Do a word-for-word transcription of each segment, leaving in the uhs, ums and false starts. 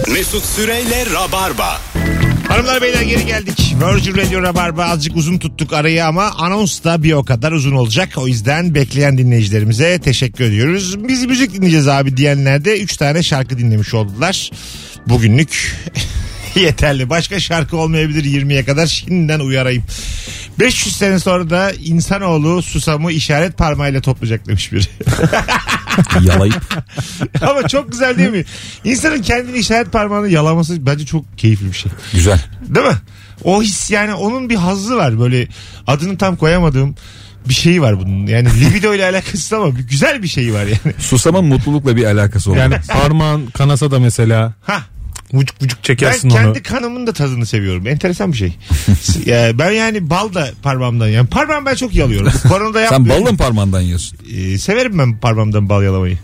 Mesut Süreyle Rabarba. Hanımlar beyler geri geldik. Virgin Radio Rabarba, azıcık uzun tuttuk arayı ama anons da bir o kadar uzun olacak. O yüzden bekleyen dinleyicilerimize teşekkür ediyoruz. Biz müzik dinleyeceğiz abi diyenler de üç tane şarkı dinlemiş oldular. Bugünlük yeterli. Başka şarkı olmayabilir yirmiye kadar, şimdiden uyarayım. beş yüz sene sonra da insanoğlu susamı işaret parmağıyla toplayacak demiş biri. Yalayıp. Ama çok güzel değil mi? İnsanın kendini işaret parmağını yalaması bence çok keyifli bir şey. Güzel. Değil mi? O his, yani onun bir hazzı var. Böyle adını tam koyamadığım bir şeyi var bunun. Yani libido ile alakası ama bir güzel bir şeyi var yani. Susamın mutlulukla bir alakası olur. Yani parmağın kanasa da mesela. Ha. Vucuk vucuk çekersin Ben onu. kendi kanımın da tadını seviyorum. Enteresan bir şey. Ya ben yani bal da parmağımdan, yani parmağımı ben çok yalıyorum. Koronada Sen yapmıyorum. balla mı parmağından yiyorsun? Ee, severim ben parmağımdan bal yalamayı.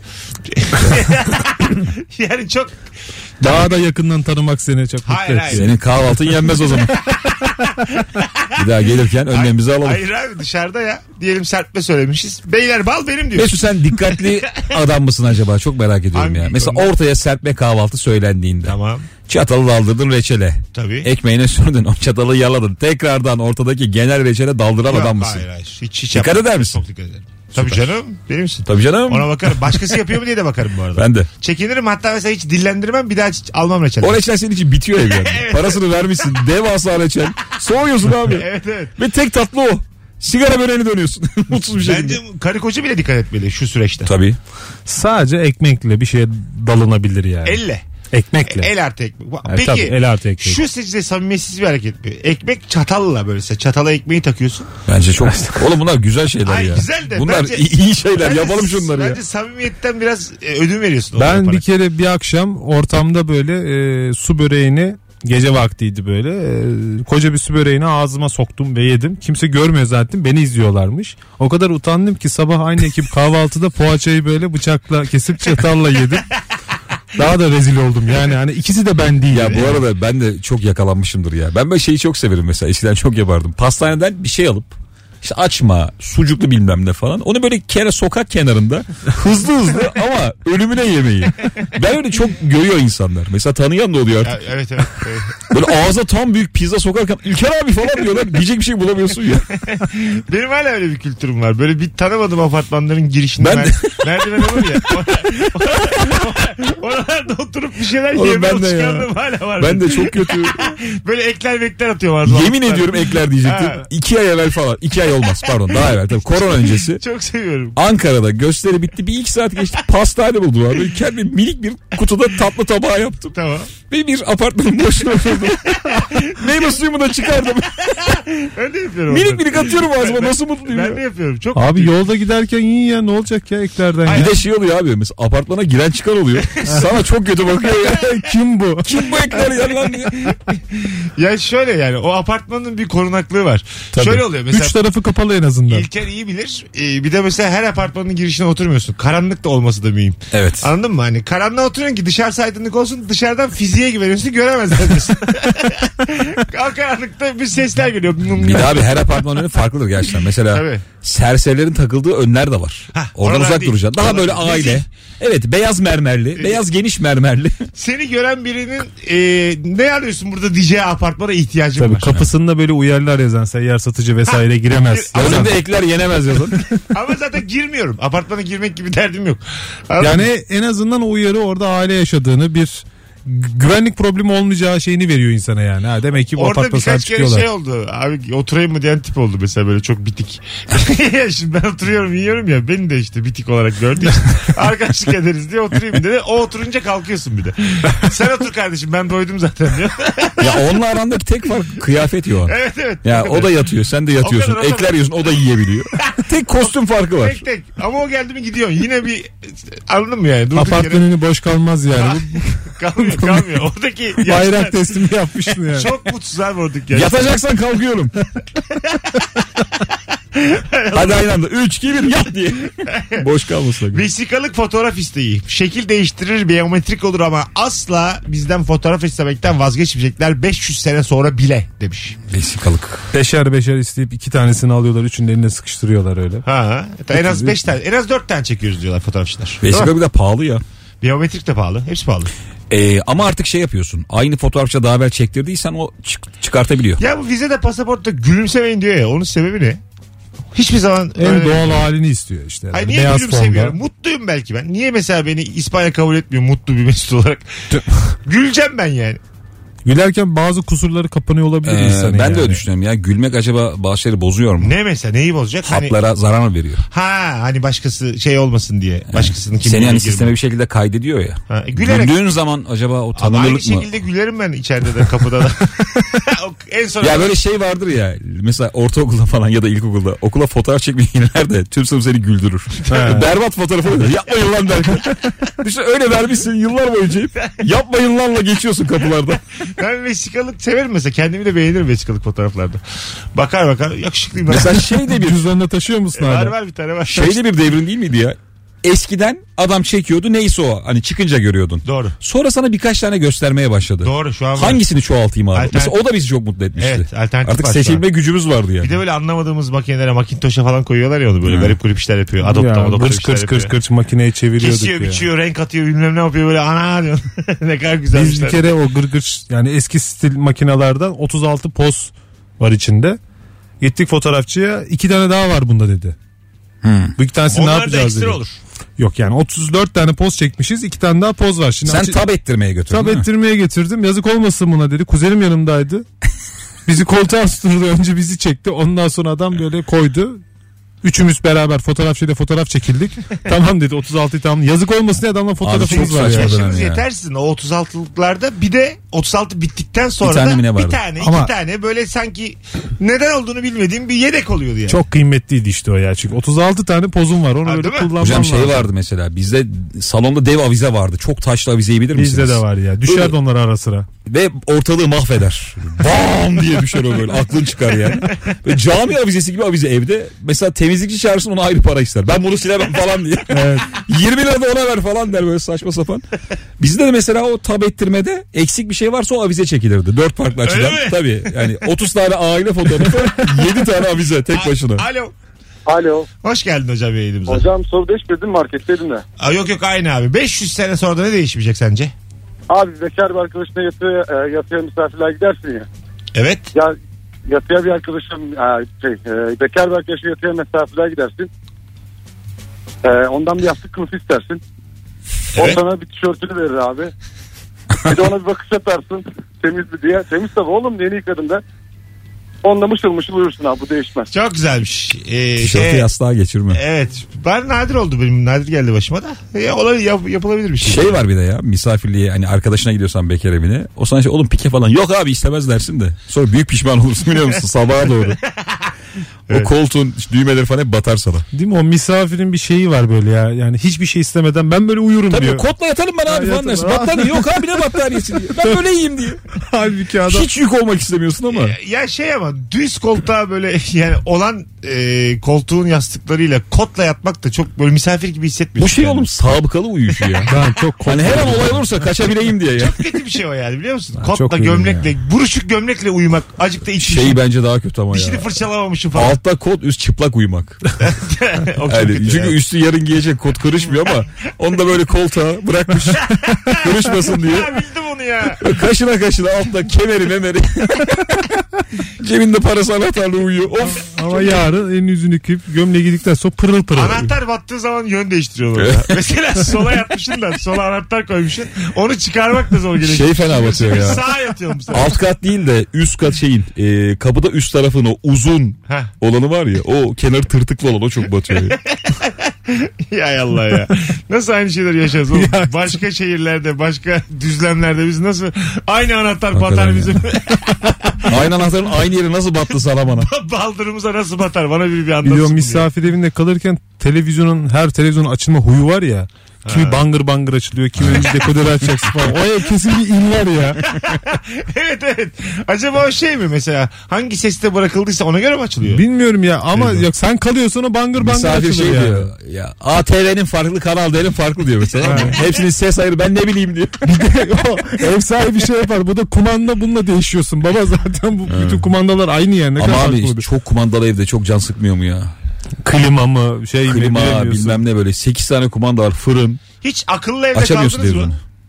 Yani çok. Daha da yakından tanımak seni çok mutlu Hayır, etti. hayır. Senin kahvaltın yenmez o zaman. Bir daha gelirken önlemimizi alalım. Hayır abi, dışarıda ya. Diyelim serpme söylemişiz. Beyler bal benim diyor. Mesut, sen dikkatli adam mısın acaba? Çok merak ediyorum Hangi ya. Mesela konuda? ortaya serpme kahvaltı söylendiğinde. Tamam. Çatalı daldırdın reçele. Tabii. Ekmeğine sürdün, o çatalı yaladın. Tekrardan ortadaki genel reçele daldıran Yok, adam mısın? hayır hayır. Hiç, hiç Dikkat yapmam. eder misin? Çok dikkat ederim. Tabii canım. Benim misin? Tabii canım. Ona bakarım. Başkası yapıyor mu diye de bakarım bu arada. Ben de. Çekinirim, hatta mesela hiç dillendirmem, bir daha hiç almam reçel. O reçel senin için bitiyor ev yani. Parasını vermişsin. Devasa reçel. Soğuyorsun abi. Evet evet. Ve tek tatlı o. Sigara böreğine dönüyorsun. Mutsuz bir şekilde. Bence karı koca bile dikkat etmeli şu süreçte. Tabii. Sadece ekmekle bir şeye dalınabilir yani. Elle. Ekmekle. El artı ekmek. Evet, Peki tabii, el artı ekmek. şu sizce samimiyetsiz bir hareket mi? Ekmek çatalla, böyle çatala ekmeği takıyorsun. Bence çok. Oğlum bunlar güzel şeyler Ay, ya. güzel de Bunlar bence- iyi şeyler. Bence- Yapalım şunları ya. Bence samimiyetten biraz e, ödün veriyorsun. onu Ben yaparak. bir kere bir akşam ortamda böyle e, su böreğini, gece vaktiydi böyle, e, koca bir su böreğini ağzıma soktum ve yedim. Kimse görmüyor zaten, beni izliyorlarmış. O kadar utandım ki sabah aynı ekip kahvaltıda poğaçayı böyle bıçakla kesip çatalla yedim. Daha da rezil oldum yani, hani ikisi de ben değil. Ya bu yani. arada ben de çok yakalanmışımdır ya. Ben böyle şeyi çok severim mesela. Eskiden çok yapardım. Pastaneden bir şey alıp işte açma, sucuklu bilmem ne falan. Onu böyle kere sokak kenarında hızlı hızlı ama ölümüne yemeyi. Ben öyle çok görüyor insanlar. Mesela tanıyan da oluyor Ya, artık. evet evet. evet. Böyle ağza tam büyük pizza sokarken İlker abi falan diyorlar. Diyecek bir şey bulamıyorsun ya. Benim hala öyle bir kültürüm var. Böyle bir tanımadığım apartmanların girişinde Ben de- mer- merdiven olur ya. Oralarda oturup bir şeyler Oğlum yiyemem, ben de ya. çıkardığım hala var. Ben de çok kötü. Böyle ekler bekler atıyor var. Yemin ediyorum ekler diyecektim. Ha. İki ay evvel falan. İki ay olmaz pardon, daha evvel tabii. Korona öncesi. Çok seviyorum. Ankara'da gösteri bitti. Bir iki saat geçti. Pastane buldular. Böyle kendi minik bir kutuda tatlı tabağı yaptım. Tamam. Ve bir apartmanın boşuna oturdum. Meyve suyumu da çıkardım. Ben de yapıyorum. minik onları. minik atıyorum ağzıma. Ben- Nasıl mutluyum Ben ya. de yapıyorum. Çok Abi mutluyum. yolda giderken yiyin ya, ne olacak ya eklerden. Hayır. Bir de şey oluyor abi. Mesela apartmana giren çıkan oluyor. Sana çok kötü bakıyor ya. Kim bu? Kim bu ekler ya lan diye. Ya şöyle, yani o apartmanın bir korunaklığı var. Tabii. Şöyle oluyor mesela. Üç tarafı kapalı en azından. İlker iyi bilir. Ee, bir de mesela her apartmanın girişine oturmuyorsun. Karanlık da olması da mühim. Evet. Anladın mı? Hani karanlığa oturuyorsun ki dışarısı aydınlık olsun. Dışarıdan fiziğe güveniyorsun, göremezler diyorsun. O karanlıkta bir sesler geliyor. Bir de abi her apartmanın önü farklıdır gerçekten. Mesela Tabii. serserilerin takıldığı önler de var. Hah, Oradan oralar uzak değil. duracaksın. Daha Oralar böyle değil. aile. Nezih. Evet, beyaz mermerli. Beyaz geniş mermerli. Seni gören birinin e, ne arıyorsun burada diyeceği apartmana ihtiyacım Tabii var. kapısında böyle uyarılar yazan, seyyar satıcı vesaire giremez. Ama- Önünde ekler yenemez yazın. Ama zaten girmiyorum. Apartmana girmek gibi derdim yok. Anladın Yani mı? en azından o uyarı orada aile yaşadığını, bir güvenlik problemi olmayacağı şeyini veriyor insana yani. Ha, demek ki bu Orada apartman sahip birkaç kere çıkıyorlar. şey oldu. Abi oturayım mı diyen tip oldu mesela, böyle çok bitik. Ya şimdi ben oturuyorum yiyorum ya, beni de işte bitik olarak gördü. İşte. Arkadaşlık ederiz diye oturayım dedi. O oturunca kalkıyorsun bir de. Sen otur kardeşim, ben doydum zaten diyor. Ya onunla arandaki tek fark kıyafet ya. Evet evet. Ya o da yatıyor, sen de yatıyorsun. O kadar, o Ekler kadar. yiyorsun, o da yiyebiliyor. Tek kostüm farkı var. Tek tek. Ama o geldi mi gidiyorsun. Yine bir, anladın mı yani? Durduk Apartman önü boş kalmaz yani. yere kalmıyor kalmıyor. Oradaki Bu bayrak yaşlar teslimi yapmışsın yani. çok mutsuz abi oradaki yaşlar. Yatacaksan kalkıyorum. Hadi aynı anda üç iki bir yat diye. Boş kalmasın. Vesikalık fotoğraf isteği. Şekil değiştirir, biyometrik olur ama asla bizden fotoğraf istemekten vazgeçmeyecekler beş yüz sene sonra bile demiş. Vesikalık. Beşer beşer isteyip iki tanesini alıyorlar, üçünü de eline sıkıştırıyorlar öyle. Ha, en az beş tane, en az dört tane çekiyoruz diyorlar fotoğrafçılar. Vesikalık da pahalı ya. Biyometrik de pahalı. Hepsi pahalı. Ee, ama artık şey yapıyorsun. Aynı fotoğrafça daha evvel çektirdiysen o çık- çıkartabiliyor. Ya bu vizede pasaportta gülümsemeyin diyor ya. Onun sebebi ne? Hiçbir zaman En öyle- doğal halini istiyor işte. Hayır, Yani niye beyaz gülümsemiyorum? fonda. Mutluyum belki ben. Niye mesela beni İspanya kabul etmiyor mutlu bir Mesut olarak? Güleceğim ben yani. Gülerken bazı kusurları kapanıyor olabilir Ee, insanın ben yani. de öyle düşünüyorum ya. Gülmek acaba bazı şeyleri bozuyor mu? Ne mesela neyi bozacak? Hani, Haplara zarar mı veriyor? ha hani başkası şey olmasın diye. Başkasının Seni kimliğine yani girme. sisteme bir şekilde kaydediyor ya. Ha, gülerek. Güldüğün zaman acaba o Ama aynı tanınırlık mı? şekilde gülerim ben içeride de kapıda da. O en son Ya böyle şey vardır ya mesela ortaokulda falan ya da ilkokulda okula fotoğraf çekmeye gelirler de tüm sınıf seni güldürür. Berbat fotoğrafı oluyor. Yapmayın lan derken. İşte öyle vermişsin yıllar boyunca hep. Yapmayın lanla geçiyorsun kapılarda. ben vesikalık severim mesela. Kendimi de beğenirim vesikalık fotoğraflarda. Bakar bakar yakışıklıyım. lan. Mesela şey de bir Cüzdanına taşıyor musun var hala? var bir tane var. şey de bir devrim değil miydi ya? Eskiden adam çekiyordu neyse o hani çıkınca görüyordun. Doğru. Sonra sana birkaç tane göstermeye başladı. Doğru şu an var. Hangisini çoğaltayım abi? Alternatif- Mesela o da bizi çok mutlu etmişti. Evet, alternatif Artık var şu seçilme gücümüz vardı yani. Bir de böyle anlamadığımız makinelere Macintosh'a falan koyuyorlar ya onu böyle garip garip işler yapıyor. Adobe Ya, Adobe gırç işler kırç yapıyor. kırç kırç makineyi çeviriyorduk Kesiyor, ya. biçiyor, renk atıyor, bilmem ne yapıyor böyle ana diyorsun. Ne kadar güzel Biz işler. bir kere o gırgırç yani eski stil makinelerden otuz altı poz var içinde. Gittik fotoğrafçıya iki tane daha var bunda dedi. Hmm. Bu iki tanesini ne Onlar da yapacağız ekstra dedi. olur. Yok yani otuz dört tane poz çekmişiz iki tane daha poz var. Şimdi Sen açı- tab ettirmeye götürdün tab değil mi? ettirmeye getirdim yazık olmasın buna dedi. Kuzenim yanımdaydı. Bizi koltuğa tutturdu önce bizi çekti ondan sonra adam böyle koydu. Üçümüz beraber fotoğrafçıyla fotoğraf çekildik. Tamam dedi otuz altıyı tamam. Yazık olmasın diye adamla fotoğrafımız çok var saçma ya. dönem Yaşınız ya. yetersizin o otuz altılıklarda bir de otuz altı bittikten sonra Bir tane da mi ne vardı? bir tane iki Ama- tane böyle sanki neden olduğunu bilmediğim bir yedek oluyordu yani. Çok kıymetliydi işte o ya. Çünkü otuz altı tane pozum var. Onu Ha, böyle değil mi? kullanmam Hocam şey lazım. vardı mesela bizde salonda dev avize vardı. Çok taşlı avizeyi bilir misiniz? Bizde de var ya. Düşerdi onlar ara sıra. Ve ortalığı mahveder. Bam diye düşer o böyle. Aklın çıkar yani. Ve cami avizesi gibi avize evde. Mesela temizlikçi çağırsın ona ayrı para ister. Ben bunu silemem falan diye. Evet. yirmi lira da ona ver falan der böyle saçma sapan. Bizde de mesela o tab ettirmede eksik bir şey varsa o avize çekilirdi. Dört farklı açıdan. mi? Tabii yani otuz tane aile fotoğrafı yedi tane avize tek başına. Alo. Alo. Hoş geldin hocam yayınımıza. Hocam soru değişmedin marketteydim de. Aa, yok yok aynı abi. beş yüz sene sonra da ne değişmeyecek sence? Abi bekar bir arkadaşına yatıya, e, yatıya misafirler gidersin ya. Evet. Ya yatıya bir arkadaşım e, şey, e, bekar bir arkadaşına yatıya misafirler gidersin. E, ondan bir yastık kılıfı istersin. Evet. O sana bir tişörtünü verir abi. Bir de ona bir bakış atarsın. Temiz mi diye. Temiz tabii oğlum yeni yıkadım da. Onunla mışıl mışıl uyursun abi bu değişmez. Çok güzelmiş. Ee, Tişörtü şey- yastığa geçirme. Evet. Ben nadir oldu benim. Nadir geldi başıma da. Ya, olabilir, yap, yapılabilir bir şey. Şey var bir de ya misafirliğe hani arkadaşına gidiyorsan bekar evine. O sana şey oğlum pike falan yok abi istemez dersin de. Sonra büyük pişman olursun biliyor musun sabaha doğru. Evet. O koltuğun düğmeleri falan hep batar sana. Değil mi? O misafirin bir şeyi var böyle ya. Yani hiçbir şey istemeden ben böyle uyurum Tabii diyor. kotla yatalım ben abi Ha, falan yatalım. dersin. Battaniye yok abi ne battaniyesi diye. Ben böyle iyiyim diye. Halbuki adam. Hiç yük olmak istemiyorsun ama. Ya şey ama düz koltuğa böyle yani olan e, koltuğun yastıklarıyla kotla yatmak da çok böyle misafir gibi hissetmiyorsun. Bu şey yani. oğlum sabıkalı uyuşu ya. Ben çok Hani her an olay olursa kaçabileyim diye ya. Çok kötü bir şey o yani biliyor musun? çok Kotla uygun gömlekle buruşuk gömlekle uyumak acık da içmişim. Şey bence daha kötü ama Dişini ya. fırçalamamışım falan. Altta kot üst çıplak uyumak. O çok Yani kötü çünkü yani. üstü yarın giyecek kot kırışmıyor ama onu da böyle koltuğa bırakmış. Kırışmasın diye. Ya bildim onu ya. Kaşına kaşına altta kemeri memeri. Cebinde parası anahtarla uyuyor. Of. Ama yarın elini yüzünü yıkayıp gömleği giydikten sonra pırıl pırıl. Anahtar battığı zaman yön değiştiriyorlar. ya. Mesela sola yatmışsın da sola anahtar koymuşsun. Onu çıkarmak da zor geliyor. Şey fena batıyor ya. Sağa yatıyorum bu sefer. Alt kat değil de üst kat şeyin e, kapıda üst tarafın o uzun Heh. olanı var ya o kenarı tırtıklı olan o çok batıyor. Ya. Ya Allah ya. Nasıl aynı şeyler yaşarız oğlum? Başka şehirlerde, başka düzlemlerde biz nasıl aynı anahtar Hakikaten batar ya. bizim. Aynı anahtarın aynı yeri nasıl battı sana bana? Baldırımıza nasıl batar? Bana bir bir anlatsın. Biliyorum diye. misafir evinde kalırken televizyonun her televizyonun açılma huyu var ya. Kimi bangır bangır açılıyor, kimi önce dekoderi açacaksın falan. O ev kesin bir in var ya. Evet evet. Acaba o şey mi mesela? Hangi seste bırakıldıysa ona göre mi açılıyor? Bilmiyorum ya ama Evet. yok sen kalıyorsun o bangır bangır Misafir açılıyor şey yani. diyor. Ya A T V'nin farklı kanal D'nin farklı diyor mesela. Hepsinin ses ayrı ben ne bileyim diyor. O ev sahibi şey yapar. Bu da kumanda bununla değişiyorsun. Baba zaten bu bütün kumandalar aynı yani. Ne Ama kadar abi farklı. çok kumandalı evde çok can sıkmıyor mu ya? Klima mı şey mi Klima bilemiyorsun. bilmem ne böyle sekiz tane kumanda var fırın. Hiç akıllı evde Açamıyorsun kaldınız mı? televizyonu.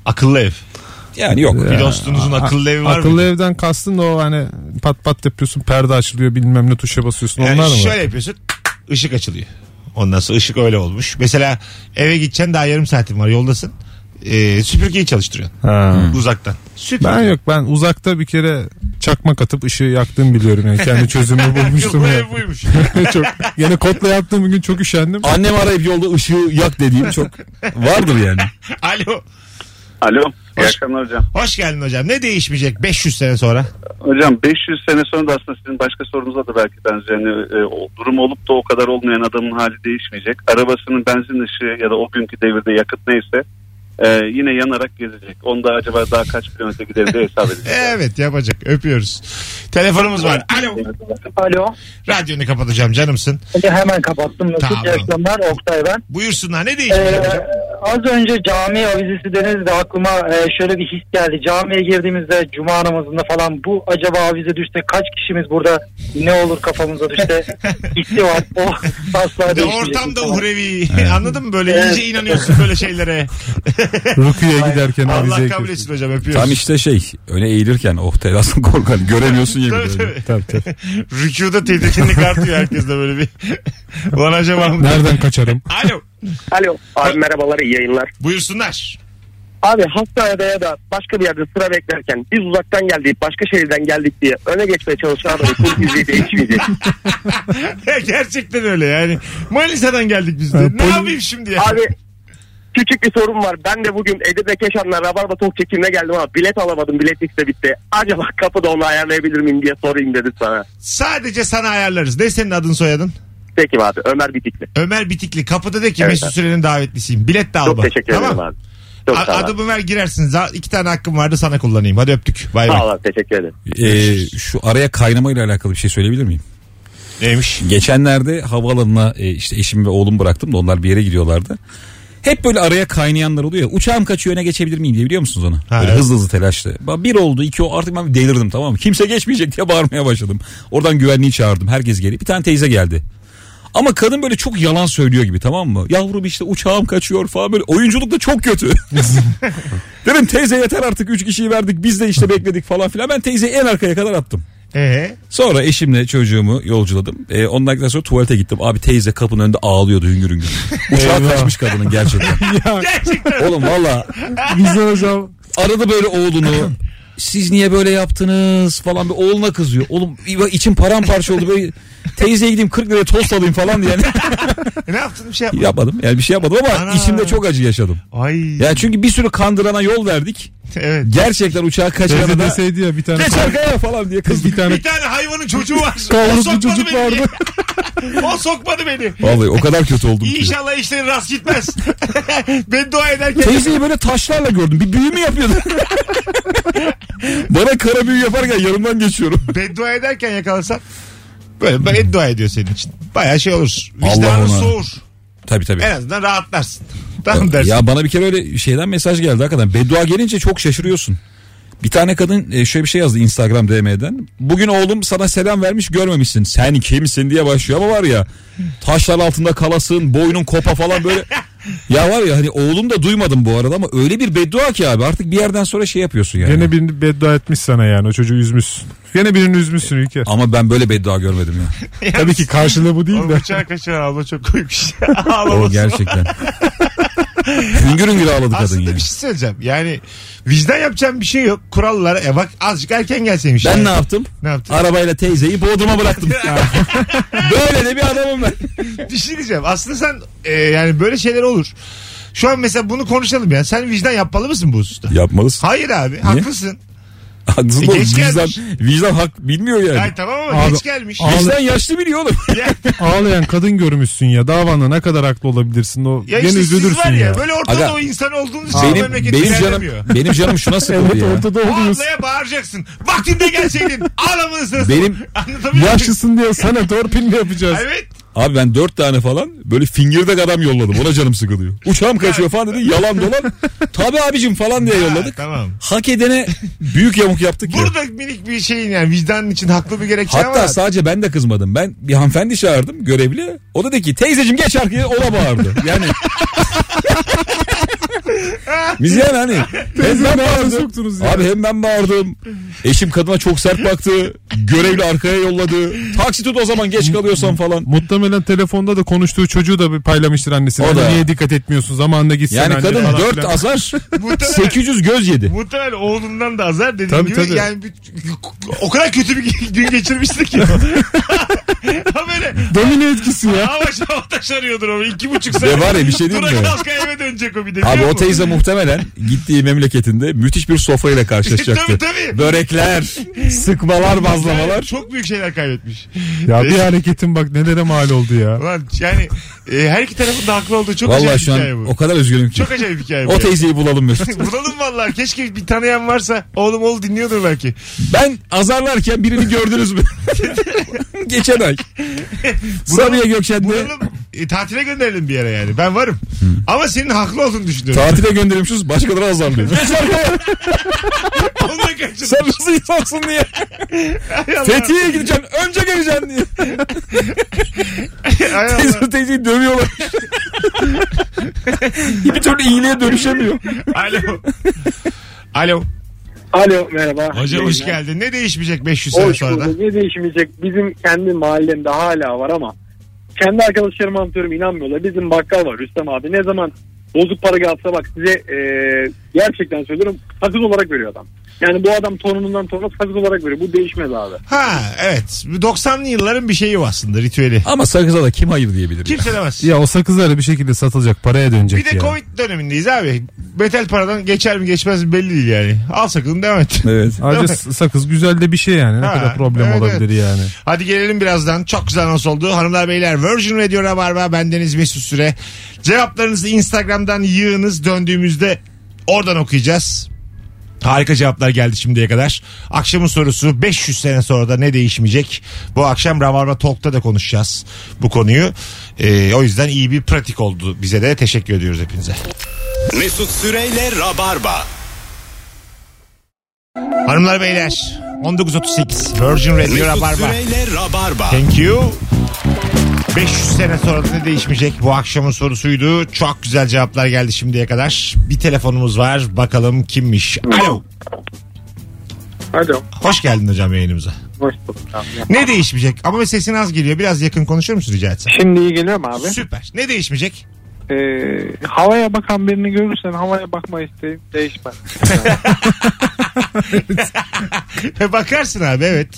Akıllı ev. Yani yok. Bir dostunuzun akıllı evi var Akıllı mı? evden kastın da o hani pat pat yapıyorsun, perde açılıyor, bilmem ne tuşa basıyorsun, Yani onlar mı? şöyle yapıyorsun, ışık açılıyor. Ondan sonra ışık öyle olmuş. Mesela eve gideceksin, daha yarım saatin var, yoldasın. Ee, süpürgeyi çalıştırıyorsun Ha. uzaktan. Süpürge. Ben yok, ben uzakta bir kere çakmak atıp ışığı yaktığımı biliyorum yani. Kendi çözümümü bulmuştum. Bu ya. ev buymuş. Çok, yine kodla yaptığım bir gün çok üşendim. Annem arayıp yolda ışığı yak dediğim çok vardır yani. Alo. Alo. İyi Hoş- akşamlar hocam. Hoş geldin hocam. Ne değişmeyecek beş yüz sene sonra? Hocam beş yüz sene sonra da aslında sizin başka sorunuza da belki benzer. Yani, e, o durum olup da o kadar olmayan adamın hali değişmeyecek. Arabasının benzin ışığı ya da o günkü devirde yakıt neyse e, yine yanarak gezecek. Onda acaba daha kaç kilometre gider diye hesap edecek. Evet, yapacak. Öpüyoruz. Telefonumuz var. Alo. Alo. Radyonu kapatacağım, canımsın. Hemen kapattım. Tamam. İyi akşamlar, Oktay ben. Buyursunlar, ne değişmeyecek Ee, hocam? az önce cami avizesi denizde aklıma e, şöyle bir his geldi. Camiye girdiğimizde cuma namazında falan bu acaba avize düşse kaç kişimiz burada ne olur kafamıza düşse hissi var. O asla De değişmeyecek. ortamda uhrevi. Anladın mı? Böyle Evet. iyice inanıyorsun böyle şeylere. Rüküye giderken Allah avizeyi kabul kesiyor. etsin hocam, öpüyoruz. Tam işte şey öne eğilirken oh telasın korkan göremiyorsun ya. Tabii, bir de öyle. tabii. Tabii, tabii. Rükuda tedirginlik artıyor herkeste böyle bir. Ulan acaba mı? Nereden kaçarım? Alo. Alo abi, merhabalar, iyi yayınlar. Buyursunlar. Abi hastanede ya da başka bir yerde sıra beklerken biz uzaktan geldik, başka şehirden geldik diye öne geçmeye çalışan adamı full yüzeye değişmeyecek. Gerçekten öyle yani. Manisa'dan geldik biz de. Ha, Ne poli- yapayım şimdi ya? Abi küçük bir sorun var. Ben de bugün Edirne Keşan'la Rabarba Tok çekimine geldim ama bilet alamadım. Bilet de bitti. Acaba kapıda onu ayarlayabilir miyim diye sorayım dedim sana. Sadece sana ayarlarız. Ne senin adın soyadın? Peki abi, Ömer Bitikli. Ömer Bitikli. Kapıda de ki Evet, Mesut abi. Süren'in davetlisiyim. Bilet de al Çok bak. teşekkür Tamam. ederim abi. Çok A- sağ ol. adımı ver, girersin. Za- İki tane hakkım vardı, sana kullanayım. Hadi öptük. Bay bay. Sağ ol abi, teşekkür ederim. Ee, şu araya kaynamayla alakalı bir şey söyleyebilir miyim? Neymiş? Geçenlerde havaalanına e, işte eşim ve oğlum bıraktım da onlar bir yere gidiyorlardı. Hep böyle araya kaynayanlar oluyor. Uçağım kaçıyor, öne geçebilir miyim diye, biliyor musunuz onu? Ha, Böyle evet. hızlı hızlı telaşlı. Bir oldu, iki oldu, artık ben delirdim, tamam mı? Kimse geçmeyecek diye bağırmaya başladım. Oradan güvenliği çağırdım. Herkes geliyor. Bir tane teyze geldi. Ama kadın böyle çok yalan söylüyor gibi, tamam mı? Yavrum işte uçağım kaçıyor falan, böyle oyunculuk da çok kötü. Dedim teyze yeter artık, üç kişiyi verdik, biz de işte bekledik falan filan. Ben teyzeyi en arkaya kadar attım. Ee? Sonra eşimle çocuğumu yolculadım. Ee, ondan sonra tuvalete gittim. Abi teyze kapının önünde ağlıyordu hüngür hüngür. Uçağa Eyvah. kaçmış kadının gerçekten. Gerçekten. Oğlum valla Güzel hocam. aradı böyle oğlunu. Siz niye böyle yaptınız falan, bir oğluna kızıyor. Oğlum içim paramparça oldu, böyle teyzeye gideyim kırk liraya tost alayım falan diye. Yani E ne yaptın, bir şey yapmadın? yapmadım yani, bir şey yapmadım ama Ana. içimde çok acı yaşadım. Ay. Yani çünkü bir sürü kandırana yol verdik. Evet. Gerçekten uçağı kaçırana Teyze da deseydi ya bir tane geç arkaya falan diye kızdık. bir tane Bir tane hayvanın çocuğu var. O kavruklu sokmadı çocuk beni. vardı. O sokmadı beni. Vallahi o kadar kötü oldum ki. İnşallah işleri rast gitmez. Ben dua ederken... Teyzeyi böyle taşlarla gördüm. Bir büyü mü yapıyordu? Bana kara büyü yaparken yanımdan geçiyorum. beddua ederken yakalarsan böyle beddua ediyor senin için. Bayağı şey olur. Allah Vicdanın ona. soğur. Tabii tabii. En azından rahatlarsın. Tamam dersin. Ya bana bir kere öyle şeyden mesaj geldi hakikaten. Beddua gelince çok şaşırıyorsun. Bir tane kadın e, şöyle bir şey yazdı Instagram D M'den. Bugün oğlum sana selam vermiş, görmemişsin. Sen kimsin diye başlıyor ama var ya, taşlar altında kalasın, boynun kopa falan böyle. Ya var ya, hani oğlum da duymadım bu arada ama öyle bir beddua ki abi, artık bir yerden sonra şey yapıyorsun yani. Gene birini beddua etmiş sana yani, o çocuğu üzmüşsün. Gene birini üzmüşsün İlker. Ama ben böyle beddua görmedim ya. Tabii ki karşılığı bu değil O de. bıçağı kaçıran abla çok koymuş. O Ağlaması. gerçekten. Hüngür hüngür ağladı kadın Aslında ya. bir şey söyleyeceğim. Yani vicdan yapacağım bir şey yok. Kurallara. E bak azıcık erken gelseymiş. Ben yani. ne yaptım? Ne yaptın? Arabayla teyzeyi Bodrum'a bıraktım. Böyle de bir adamım ben. Bir şey diyeceğim. Aslında sen e, yani böyle şeyler olur. Şu an mesela bunu konuşalım ya. Sen vicdan yapmalı mısın bu hususta? Yapmalısın. Hayır abi. Haklısın. Haklısın E, oğlum. geç Vicdan, gelmiş. vicdan hak bilmiyor yani. Ay tamam ama Abi, geç gelmiş. ağla- Vicdan yaşlı biliyor oğlum. Ya, Ağlayan kadın görmüşsün ya, davanda ne kadar haklı olabilirsin, o ya gene işte siz üzülürsün var ya, ya. böyle ortada Aga, o insan olduğunuz için Benim, memleket benim canım ilerlemiyor. benim canım şuna sıkıldı Evet, ya. ortada O oluyorsun. ablaya bağıracaksın. Vaktinde gelseydin. Ağlamanın sırası. Benim- Anlatabiliyor muyum? Yaşlısın diye sana torpil mi yapacağız? Evet. Abi ben dört tane falan böyle fingirdek adam yolladım. Ona canım sıkılıyor. Uçağım kaçıyor falan dedi. Yalan dolan. Tabii abicim falan diye Ha, yolladık. tamam. Hak edene büyük yamuk yaptık ya. Burada minik bir şeyin yani vicdanın için haklı bir gerekçe Hatta var. sadece ben de kızmadım. Ben bir hanımefendi çağırdım görevli. O da dedi ki teyzeciğim geç arkaya, ona bağırdı. Yani Biz yani hani hem ben bağırdım. soktunuz ya. Abi hem ben bağırdım. Eşim kadına çok sert baktı. Görevli arkaya yolladı. Taksi tut o zaman geç kalıyorsan falan. Muhtemelen telefonda da konuştuğu çocuğu da bir paylamıştır annesine. O da. Hani niye dikkat etmiyorsun zamanında gitsen Yani anne kadın falan dört filan. azar sekiz yüz göz yedi. Muhtemelen oğlundan da azar dediğin Tabii, gibi. tabii. Yani bir- o kadar kötü bir gün geçirmişti ki. Ha böyle Domino etkisi ya. hava şavataş arıyordur o. İki buçuk saat. Ve var ya bir şey diyeyim Dura mi? kalka eve dönecek o bir de. Abi biliyor o musun? teyze muhtemelen gittiği memleketinde müthiş bir sofrayla karşılaşacaktı. Tabii, tabii. Börekler, sıkmalar, bazlamalar. Çok büyük şeyler kaybetmiş. Ya bir hareketin bak nelere mal oldu ya. Ulan yani e, her iki tarafın da haklı olduğu çok Vallahi acayip şu hikaye an bu. o kadar üzgünüm ki. Çok acayip hikaye bu. O ya. teyzeyi bulalım Mesut. Bulalım vallahi. Keşke bir tanıyan varsa oğlum oğlu dinliyordur belki. Ben azarlarken birini gördünüz mü? Geçen ay. Sabiha Gökçen'de Bulalım. E, tatile gönderelim bir yere yani. Ben varım. Ama senin haklı olduğunu düşünüyorum. tatile gönderilmişiz başkaları azarlıyor. Geç arkaya. Onu da kaçırdım. Sen nasıl insansın diye. Hay Allah. Fethiye'ye gideceksin önce geleceksin diye. Hay Allah. Teyze teyzeyi dövüyorlar. Bir türlü iyiliğe dönüşemiyor. Alo. Alo. Alo merhaba. Hocam hoş geldin. Ne değişmeyecek beş yüz sene Hoş sonra da? bulduk. Ne değişmeyecek? Bizim kendi mahallemde hala var ama kendi arkadaşlarıma anlatıyorum inanmıyorlar. Bizim bakkal var Rüstem abi. Ne zaman bozuk para gelse bak size e, gerçekten söylüyorum sakız olarak veriyor adam. Yani bu adam torunundan toruna sakız olarak veriyor. Bu değişmez abi. Ha evet. doksanlı yılların bir şeyi bu aslında ritüeli. Ama sakıza da kim hayır diyebilir? Kimse demez. Ya o sakızları bir şekilde satılacak paraya dönecek Bir de ya. Covid dönemindeyiz abi. Metal paradan geçer mi geçmez mi belli değil yani. Al sakın devam et. Evet. Ayrıca sakız güzel de bir şey yani. Ne Ha, kadar problem evet, olabilir evet. yani. Hadi Hadi gelelim birazdan. Çok güzel anons oldu. Hanımlar beyler Virgin Radio Rabarba bendeniz Mesut Süre. Cevaplarınızı Instagram'dan yığınız, döndüğümüzde oradan okuyacağız. Harika cevaplar geldi şimdiye kadar. Akşamın sorusu beş yüz sene sonra da ne değişmeyecek? Bu akşam Rabarba Talk'ta da konuşacağız bu konuyu. Ee, o yüzden iyi bir pratik oldu bize de. Teşekkür ediyoruz hepinize. Mesut Süreyle Rabarba. Hanımlar beyler on dokuz otuz sekiz Virgin Radio Mesut Rabarba. Süreyle Rabarba. Thank you. beş yüz sene sonra da ne değişmeyecek? Bu akşamın sorusuydu. Çok güzel cevaplar geldi şimdiye kadar. Bir telefonumuz var. Bakalım kimmiş? Alo. Alo. Hoş geldin hocam yayınımıza. Hoş bulduk abi. Ne değişmeyecek? Ama sesin az geliyor. Biraz yakın konuşur musun rica etsem? Şimdi iyi geliyor mu abi? Süper. Ne değişmeyecek? Ee, havaya bakan birini görürsen havaya bakma isteğin değişmez. Bakarsın abi evet.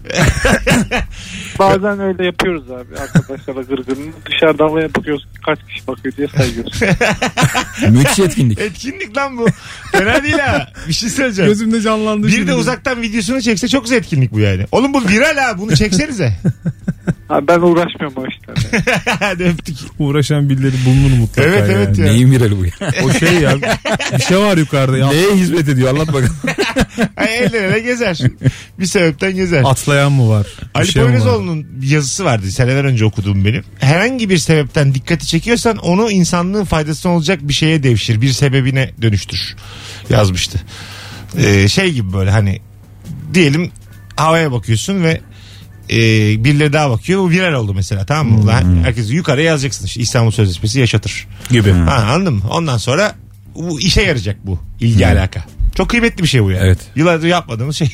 Bazen öyle yapıyoruz abi arkadaşlarla gırgırını. Dışarıda havaya bakıyoruz kaç kişi bakıyor diye sayıyoruz. Müthiş etkinlik. Etkinlik lan bu. Fena değil ha. Bir şey söyleyeceğim. Gözümde canlandı. Bir şimdi. de uzaktan videosunu çekse çok güzel etkinlik bu yani. Oğlum bu viral ha. Bunu çeksenize. Abi ben uğraşmıyorum o işlerle. Hadi öptük. Uğraşan birileri bulunur mutlaka. Evet, yani. evet ya. Neyin virali bu ya? O şey ya bir şey var yukarıda ya. Neye hizmet ediyor anlat bakalım. Ay, el ele gezer. Bir sebepten gezer. Atlayan mı var? Bir Ali şey mi var? Poyrazoğlu'nun bir yazısı vardı seneler önce okuduğum benim. Herhangi bir sebepten dikkati çekiyorsan onu insanlığın faydasına olacak bir şeye devşir. Bir sebebine dönüştür yazmıştı. Ee, şey gibi böyle hani diyelim havaya bakıyorsun ve e, birileri daha bakıyor. Bu viral oldu mesela tamam mı? Hmm. Herkes yukarıya yazacaksın işte İstanbul Sözleşmesi yaşatır. Gibi. Ha, anladın mı? Ondan sonra bu işe yarayacak bu ilgi Hmm. alaka. Çok kıymetli bir şey bu yani. Evet. Yıllardır yapmadığımız şey.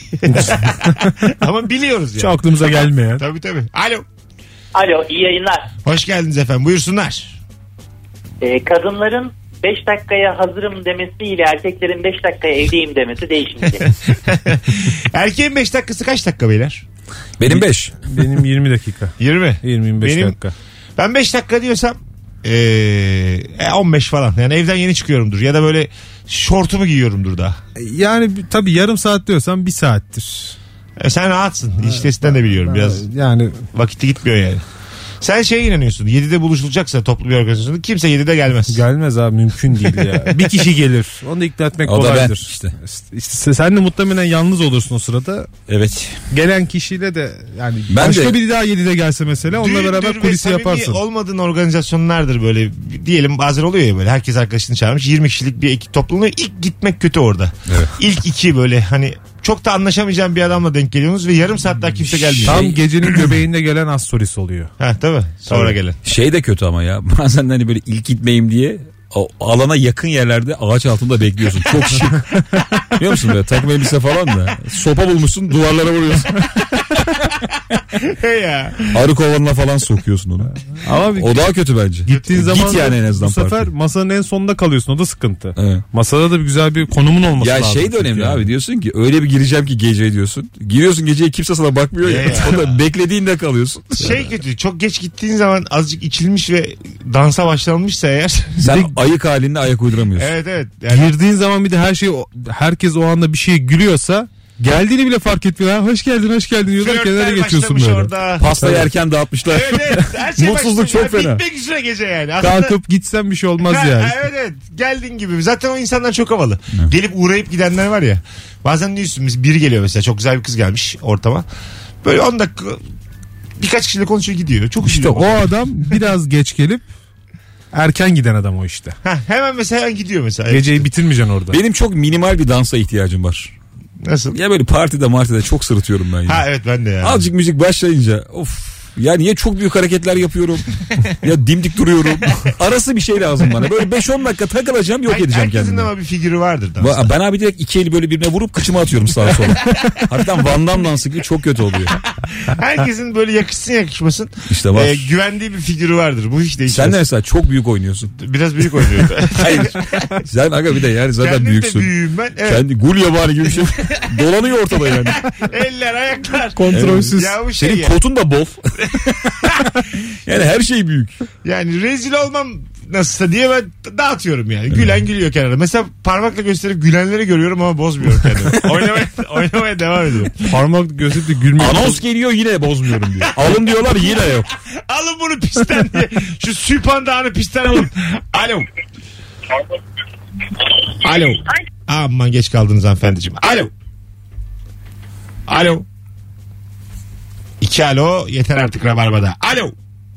Ama biliyoruz yani. Çok aklımıza gelmeyen. Tabii tabii. Alo. Alo, iyi yayınlar. Hoş geldiniz efendim. Buyursunlar. Ee, kadınların beş dakikaya hazırım demesiyle erkeklerin beş dakikaya evdeyim demesi değişmeyecek. Erkeğin beş dakikası kaç dakika beyler? Benim beş. Benim yirmi dakika. yirmi. yirmi yirmi beş Benim- dakika. Ben beş dakika diyorsam ee, on beş falan. Yani evden yeni çıkıyorumdur. Ya da böyle şortumu giyiyorumdur daha. Yani tabii yarım saat diyorsan bir saattir. E, sen rahatsın. İlişkisinden de biliyorum. Biraz Yani vakiti gitmiyor yani. Sen şeye inanıyorsun. yedide buluşulacaksa toplu bir organizasyonda kimse yedide gelmez. gelmez abi mümkün değil ya. Bir kişi gelir. Onu da ikna etmek O da ben kolaydır. işte. İşte sen de muhtemelen yalnız olursun o sırada. Evet. Gelen kişiyle de yani Ben başka de- biri daha yedide gelse mesela onunla Düğündür beraber ve kulisi samimi yaparsın. olmadığın organizasyonlardır böyle. Diyelim bazen oluyor ya böyle. Herkes arkadaşını çağırmış. yirmi kişilik bir ekip toplanıyor. İlk gitmek kötü orada. Evet. İlk iki böyle hani çok da anlaşamayacağın bir adamla denk geliyorsunuz ve yarım saat daha kimse gelmiyor. Tam gecenin göbeğinde gelen az solist oluyor. Ha tabii. Sonra Tabii. gelen. Şey de kötü ama ya. Bazen hani böyle ilk gitmeyeyim diye o alana yakın yerlerde ağaç altında bekliyorsun. Çok şık. Biliyor musun böyle takım elbise falan da. Sopa bulmuşsun duvarlara vuruyorsun. ya. Arı kovanına falan sokuyorsun onu. Ama bir- O daha kötü bence. Gittiğin Git zaman yani en azından bu sefer parti. masanın en sonunda kalıyorsun, o da sıkıntı. Evet. Masada da bir güzel bir konumun olması Ya lazım. şey de önemli abi, diyorsun ki öyle bir gireceğim ki gece diyorsun. Giriyorsun geceye kimse sana bakmıyor ya. Ya ya. O da beklediğinde kalıyorsun. Şey kötü, çok geç gittiğin zaman azıcık içilmiş ve dansa başlanmışsa eğer. Sen ayık halinde ayak uyduramıyorsun. Evet evet. Yani Girdiğin zaman bir de her şey, herkes o anda bir şeye gülüyorsa geldiğini bile fark etmiyor. Ha, hoş geldin hoş geldin diyorlar, kenara flörtler geçiyorsun başlamış böyle. orada. Pasta yerken dağıtmışlar. Evet evet. Her şey Mutsuzluk başlamış. çok Yani fena. Bitmek üzere gece yani. Aslında... Kalkıp gitsen bir şey olmaz Ha, yani. Evet evet. Geldiğin gibi. Zaten o insanlar çok havalı. Gelip uğrayıp gidenler var ya. Bazen diyorsun, biz biri geliyor mesela, çok güzel bir kız gelmiş ortama. Böyle on dakika birkaç kişiyle konuşuyor gidiyor. Çok İşte üzülüyorum. o adam biraz geç gelip erken giden adam o işte. Ha, hemen mesela gidiyor mesela. Geceyi bitirmeyeceksin orada. Benim çok minimal bir dansa ihtiyacım var. Nasıl? Ya böyle partide martide çok sırıtıyorum ben ya. Ha evet ben de ya. Azıcık müzik başlayınca of. Ya niye çok büyük hareketler yapıyorum? Ya dimdik duruyorum. Arası bir şey lazım bana. Böyle beş on dakika takılacağım, yok Hayır, edeceğim herkesin kendimi. ama bir figürü vardır dansta. Va- Ben abi direkt iki eli böyle birbirine vurup kıçıma atıyorum sağa sola. Harbiden Van Damme dansı gibi çok kötü oluyor. Herkesin böyle yakışsın yakışmasın. İşte var. e, güvendiği bir figürü vardır. Bu hiç değişmez. Sen de mesela çok büyük oynuyorsun. Biraz büyük oynuyor. Hayır. Sen aga bir de yani zaten Kendim büyüksün. de büyüğüm ben. Evet. Kendi gul yabani gibi bir şey. Dolanıyor ortada yani. Eller ayaklar. Kontrolsüz. Ya bu şey Senin ya. kotun da bol. Yani her şey büyük. Yani rezil olmam nasılsa diye ben dağıtıyorum yani. Gülen gülüyor kenara. Mesela parmakla gösterip gülenleri görüyorum ama bozmuyorum kendimi. oynamaya, oynamaya devam ediyorum. Parmak gösterip de gülmüyor. Anons geliyor yine bozmuyorum diyor. Alın diyorlar yine yok. Alın bunu pistten diye. Şu Süphan Dağı'nı pistten alın. Alo. Alo. Aman geç kaldınız hanımefendiciğim. Alo. Alo. İki alo yeter artık Rabarba'da. Alo.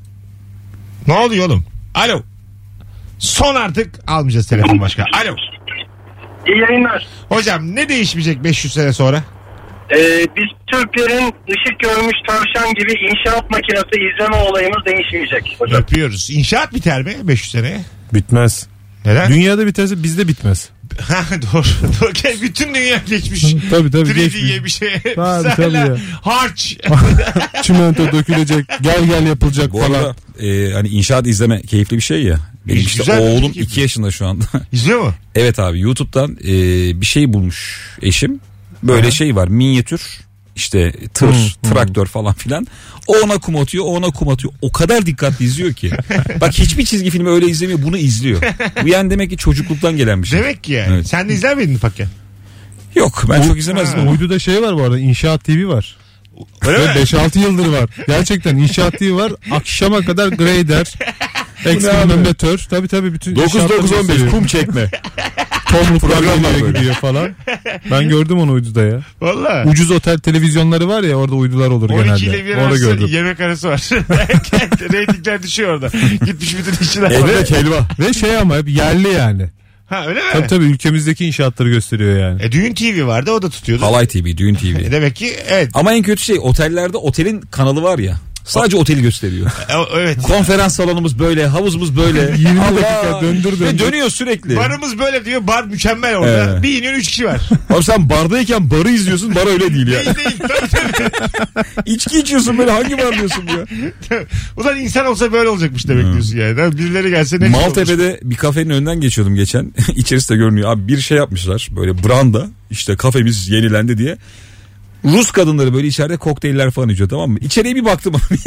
Ne oluyor oğlum? Alo. Son artık almayacağız telefon başka. Alo. İyi yayınlar. Hocam ne değişmeyecek beş yüz sene sonra? Ee, biz Türklerin ışık görmüş tavşan gibi inşaat makinesi izleme olayımız değişmeyecek hocam. Öpüyoruz. İnşaat biter mi beş yüz seneye? Bitmez. Neden? Dünyada biterse bizde bitmez. Ha, doğru. doğru. Gel, bütün dünya geçmiş. Tabii tabii üç D geçmiş. diye bir şey. Tabii, Biz tabii hala ya. harç. Çimento dökülecek, gel gel yapılacak Bu falan. arada e, hani inşaat izleme keyifli bir şey ya. Benim işte Güzel, oğlum keyifli. iki yaşında şu anda. İzliyor mu? Evet abi YouTube'dan e, bir şey bulmuş eşim. Böyle Aha. şey var, minyatür işte tır, Hmm, traktör falan filan. O ona kum atıyor, o ona kum atıyor. O kadar dikkatli izliyor ki. Bak hiçbir çizgi filmi öyle izlemiyor, bunu izliyor. Bu yani demek ki çocukluktan gelen bir şey. Demek ki yani. Evet. Sen de izler miydin Fakken? Yok ben çok izlemezdim. ama. Uyduda şey var bu arada, İnşaat T V var. Öyle mi? Ve beş altı yıldır var. Gerçekten İnşaat T V var. Akşama kadar grader, eksperimentör. Tabii tabii bütün dokuz inşaatları dokuz on beş gösteriyor. kum çekme. Tomruk Program var programlara böyle. gidiyor falan. Ben gördüm onu uyduda ya. Valla. Ucuz otel televizyonları var ya, orada uydular olur on iki ile bir genelde. Orada arası gördüm. yemek arası var. Reytingler düşüyor orada. Gitmiş bütün işçiler. Ekmek helva. Ve şey ama hep yerli yani. Ha öyle mi? Tabii tabii ülkemizdeki inşaatları gösteriyor yani. E, Düğün T V vardı, o da tutuyordu. Halay T V, Düğün T E, V. demek ki evet. Ama en kötü şey otellerde otelin kanalı var ya. Sadece oteli gösteriyor. E, o- evet. Konferans salonumuz böyle, havuzumuz böyle. yirmi dakika döndür Ve döndür. dönüyor sürekli. Barımız böyle diyor. Bar mükemmel orada. Evet. Bir iniyor üç kişi var. Abi sen bardayken barı izliyorsun, bar öyle değil ya. Değil değil. Tabii, tabii. İçki içiyorsun böyle, hangi bar diyorsun ya? Ulan insan olsa böyle olacakmış demek diyorsun yani. Birileri gelse ne güzel olmuş. Maltepe'de bir kafenin önünden geçiyordum geçen. İçerisi de görünüyor. Abi bir şey yapmışlar. Böyle branda. İşte kafemiz yenilendi diye. Rus kadınları böyle içeride kokteyller falan içiyor, tamam mı? İçeriye bir baktım abi.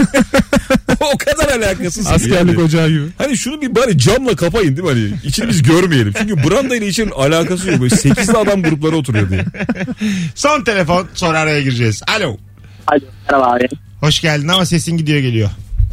O kadar alakasız. Askerlik yani. ocağı gibi. Hani şunu bir bari camla kapayın değil mi? Hani içini biz görmeyelim. Çünkü branda ile içinin alakası yok. Böyle sekizli adam grupları oturuyor diye. Son telefon, sonra araya gireceğiz. Alo. Alo merhaba abi. Hoş geldin ama sesin gidiyor geliyor.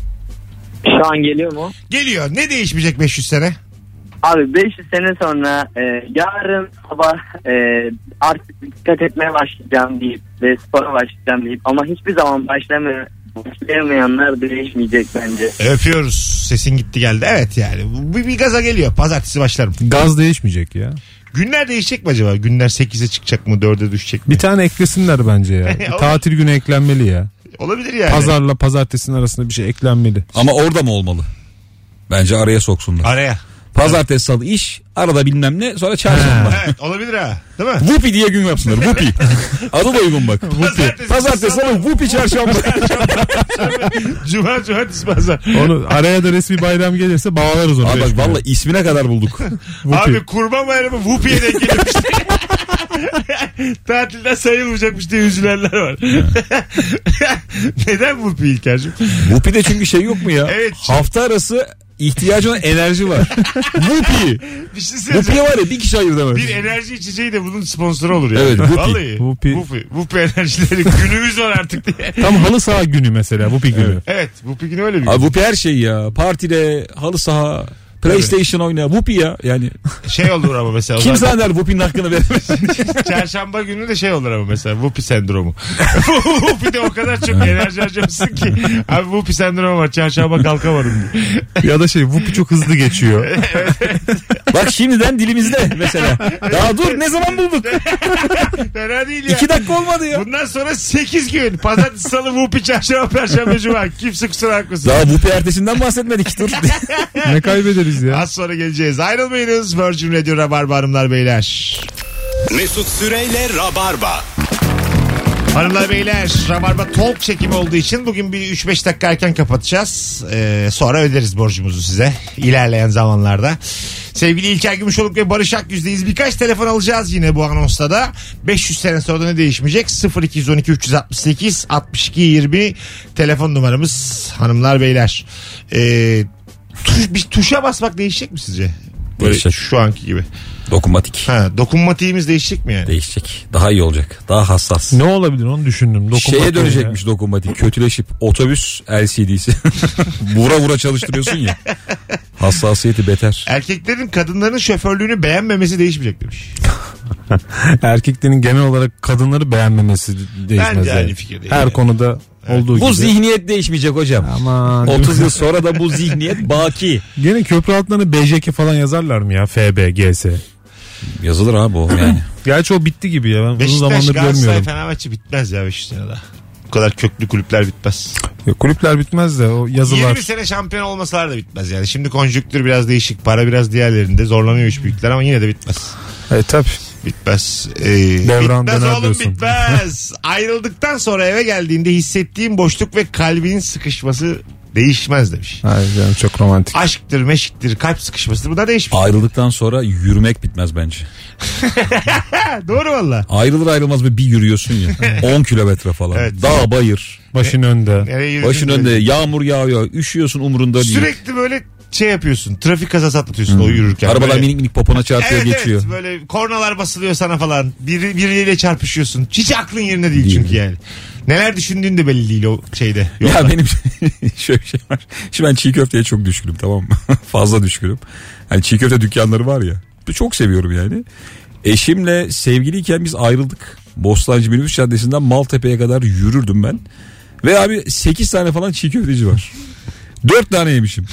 Şu an geliyor mu? Geliyor. Ne değişmeyecek beş yüz sene? Abi beş yüz sene sonra e, yarın sabah e, artık dikkat etmeye başlayacağım deyip ve spora başlayacağım deyip ama hiçbir zaman başlamaya, başlayamayanlar değişmeyecek bence. Öpüyoruz. Sesin gitti geldi. Evet yani. Bu bir, bir gaza geliyor. Pazartesi başlarım. Gaz değişmeyecek ya. Günler değişecek mi acaba? Günler sekize çıkacak mı? dörde düşecek mi? Bir tane eklesinler bence ya. Bir tatil günü eklenmeli ya. Olabilir yani. Pazarla pazartesinin arasında bir şey eklenmeli. Ama orada mı olmalı? Bence araya soksunlar. Araya. Pazartesi salı iş, arada bilmem ne, sonra çarşamba. Evet, olabilir ha. Değil mi? Vupi diye gün yapsınlar. Vupi. Adı da uygun bak. Vupi. Pazartesi salı, Vupi çarşamba. Cuma, cumartesi, pazar. Onu araya da resmi bayram gelirse bağlarız onu. Abi bak valla ismine kadar bulduk. Abi kurban bayramı Vupi'ye denk gelmiş. Tatilden sayılmayacakmış diye üzülenler var. Neden Vupi İlker'cim? Vupi'de çünkü şey yok mu ya? Evet. Hafta arası ihtiyacı olan enerji var. Vupi. Bir şey söyleyeceğim. Vupi'ye var ya bir kişi ayır demez. Bir enerji içeceği de bunun sponsoru olur ya. Evet, Vupi. Vallahi. Vupi. Vupi. Vupi enerjileri günümüz var artık diye. Tam halı saha günü mesela. Vupi günü. Evet, evet Vupi günü öyle bir gün. Abi Vupi her şey ya. Partide, halı saha, PlayStation oyna. Vupi ya. Yani Şey olur ama mesela. kim zaten- sana der Vupi'nin hakkını veremez. Çarşamba günü de şey olur ama mesela Vupi sendromu. Vupi'de o kadar çok enerji harcamışsın ki. Abi Vupi sendromu var. Çarşamba kalkamadım diye. Ya da şey Vupi çok hızlı geçiyor. Bak şimdiden dilimizde mesela. Daha dur ne zaman bulduk? Fena değil ya. İki dakika olmadı ya. Bundan sonra sekiz gün. Pazartesi, salı, Vupi, çarşamba, perşembe, cuma. Kimse kusura bakmasın. Daha Vupi ertesinden bahsetmedik. Dur. Ne kaybederiz ya. Az sonra geleceğiz. Ayrılmayınız. Virgin Radio Rabarba hanımlar beyler. Mesut Süreyle Rabarba. Hanımlar beyler, Rabarba Talk çekimi olduğu için bugün bir üç beş dakika erken kapatacağız. Ee, sonra öderiz borcumuzu size ilerleyen zamanlarda. Sevgili İlker Gümüşoluk ve Barış Akyüz'deyiz. Birkaç telefon alacağız yine bu anonsta da. beş yüz sene sonra da ne değişmeyecek? sıfır iki on iki üç altı sekiz altmış iki yirmi telefon numaramız hanımlar beyler. Ee, tuş, bir tuşa basmak değişecek mi sizce? Böyle Değişecek. şu anki gibi. Dokunmatik. Ha, dokunmatiğimiz değişecek mi yani? Değişecek. Daha iyi olacak. Daha hassas. Ne olabilir onu düşündüm. Dokunmak Şeye dönecekmiş dokunmatik. Kötüleşip otobüs L C D'si. vura vura çalıştırıyorsun ya. Hassasiyeti beter. Erkeklerin kadınların şoförlüğünü beğenmemesi değişmeyecek demiş. Erkeklerin genel olarak kadınları beğenmemesi değişmez. Bence yani. aynı fikirdeyim Her yani. konuda olduğu gibi. Bu zihniyet değişmeyecek hocam. Aman. otuz yıl sonra da bu zihniyet baki. Gene köprü altlarına B J K falan yazarlar mı ya? F B, G S. Yazılır abi o yani. Gerçi o bitti gibi ya. Ben uzun Beşiktaş, zamandır Galatasaray, görmüyorum. Fenerbahçe bitmez ya beş senede. Bu kadar köklü kulüpler bitmez. Ya, kulüpler bitmez de o yazılar. yirmi sene şampiyon olmasalar da bitmez yani. Şimdi konjüktür biraz değişik. Para biraz diğerlerinde. Zorlanıyor üç büyükler ama yine de bitmez. E tabi. Bitmez. Ee, Devran bitmez döner oğlum diyorsun. bitmez. Ayrıldıktan sonra eve geldiğinde hissettiğim boşluk ve kalbinin sıkışması değişmez demiş. Hayır canım çok romantik. Aşktır, meşktir, kalp sıkışmasıdır. Bunlar değişmiyor. Ayrıldıktan sonra yürümek bitmez bence. Doğru valla. Ayrılır ayrılmaz bir yürüyorsun ya. on kilometre falan. Evet. Dağ bayır. Başın önde. Nereye yürüdün Başın böyle? önünde yağmur yağıyor. Üşüyorsun umurunda değil. Sürekli böyle şey yapıyorsun. Trafik kazası atlatıyorsun o yürürken. Arabalar Böyle- minik minik popona çarpıyor Evet geçiyor. evet böyle kornalar basılıyor sana falan. Biri, biriyle çarpışıyorsun. Hiç aklın yerinde değil, Değil çünkü mi? yani. Neler düşündüğün de belli değil o şeyde. Ya yolda. benim şöyle bir şey var. Şimdi ben çiğ köfteye çok düşkünüm, tamam mı? Fazla düşkünüm. Hani çiğ köfte dükkanları var ya. Çok seviyorum yani. Eşimle sevgiliyken biz ayrıldık. Bostancı Minibüs Caddesi'nden Maltepe'ye kadar yürürdüm ben. Ve abi sekiz tane falan çiğ köfteci var. dört tane yemişim.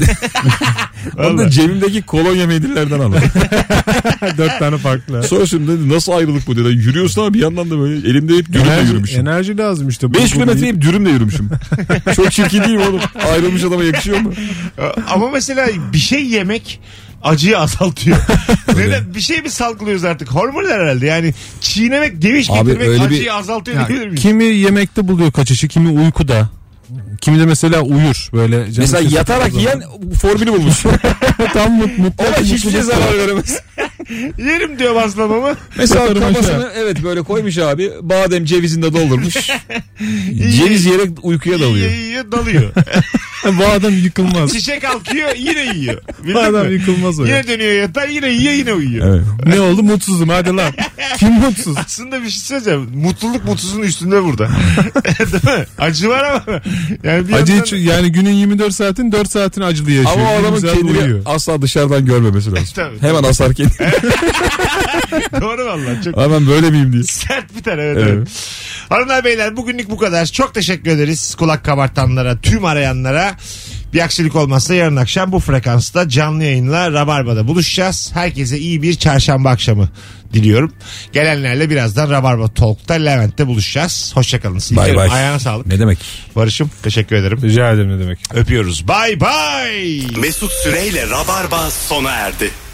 Onu da cebimdeki kolonya mendillerden aldım. Dört tane farklı. Sonra şimdi dedi nasıl ayrılık bu dedi. Yürüyorsun ama bir yandan da böyle elimde hep dürümle Enerji, yürümüşüm. enerji lazım işte. beş kilometre hep dürümle yürümüşüm. Çok çirkin değil mi oğlum? Ayrılmış adama yakışıyor mu? Ama mesela bir şey yemek acıyı azaltıyor. Neden? Bir şey mi salgılıyoruz artık? Hormonlar herhalde. Yani çiğnemek, geviş Abi getirmek öyle bir- acıyı azaltıyor Ya, diyebilir miyiz? kimi yemekte buluyor kaçışı, kimi uykuda. Kimi de mesela uyur böyle. canı Mesela sıkıldığı yatarak zaman. yiyen formülü bulmuş. Tam mut, mutlu. Ona hiçbir şey zarar veremez. Yerim diyor baslamamı. Mesela Yatarım kafasını aşağı. evet böyle koymuş abi. Badem cevizinde doldurmuş. Ceviz yiyerek uykuya dalıyor. Yiyor, yiyor, dalıyor. Bu adam yıkılmaz. Şişe kalkıyor yine yiyor. Bildin Bu adam mi? yıkılmaz o ya. Yine dönüyor yatağa, yine yiyor, yine uyuyor. Evet. Ne oldu? Mutsuzum hadi lan. Kim mutsuz? Aslında bir şey söyleyeceğim. Mutluluk mutsuzun üstünde burada. Değil mi? Acı var ama. Yani bir Acı yandan- hiç, yani günün yirmi dört saatin dört saatini acılı yaşıyor. Ama o Bir adamın güzel kendini uyuyor. asla dışarıdan görmemesi lazım. Tabii, Hemen asar kendini. Doğru valla. Çok Hemen böyle miyim diye. sert biter evet, Evet. evet. Hanımlar beyler bugünlük bu kadar. Çok teşekkür ederiz kulak kabartanlara, tüm arayanlara. Bir aksilik olmazsa yarın akşam bu frekansta canlı yayınla Rabarba'da buluşacağız. Herkese iyi bir çarşamba akşamı diliyorum. Gelenlerle birazdan Rabarba Talk'ta Levent'te buluşacağız. Hoşçakalın. Bay bay. Ayağına sağlık. Ne demek? Barış'ım teşekkür ederim. Rica ederim, ne demek. Öpüyoruz. Bay bay. Mesut Süreyle Rabarba sona erdi.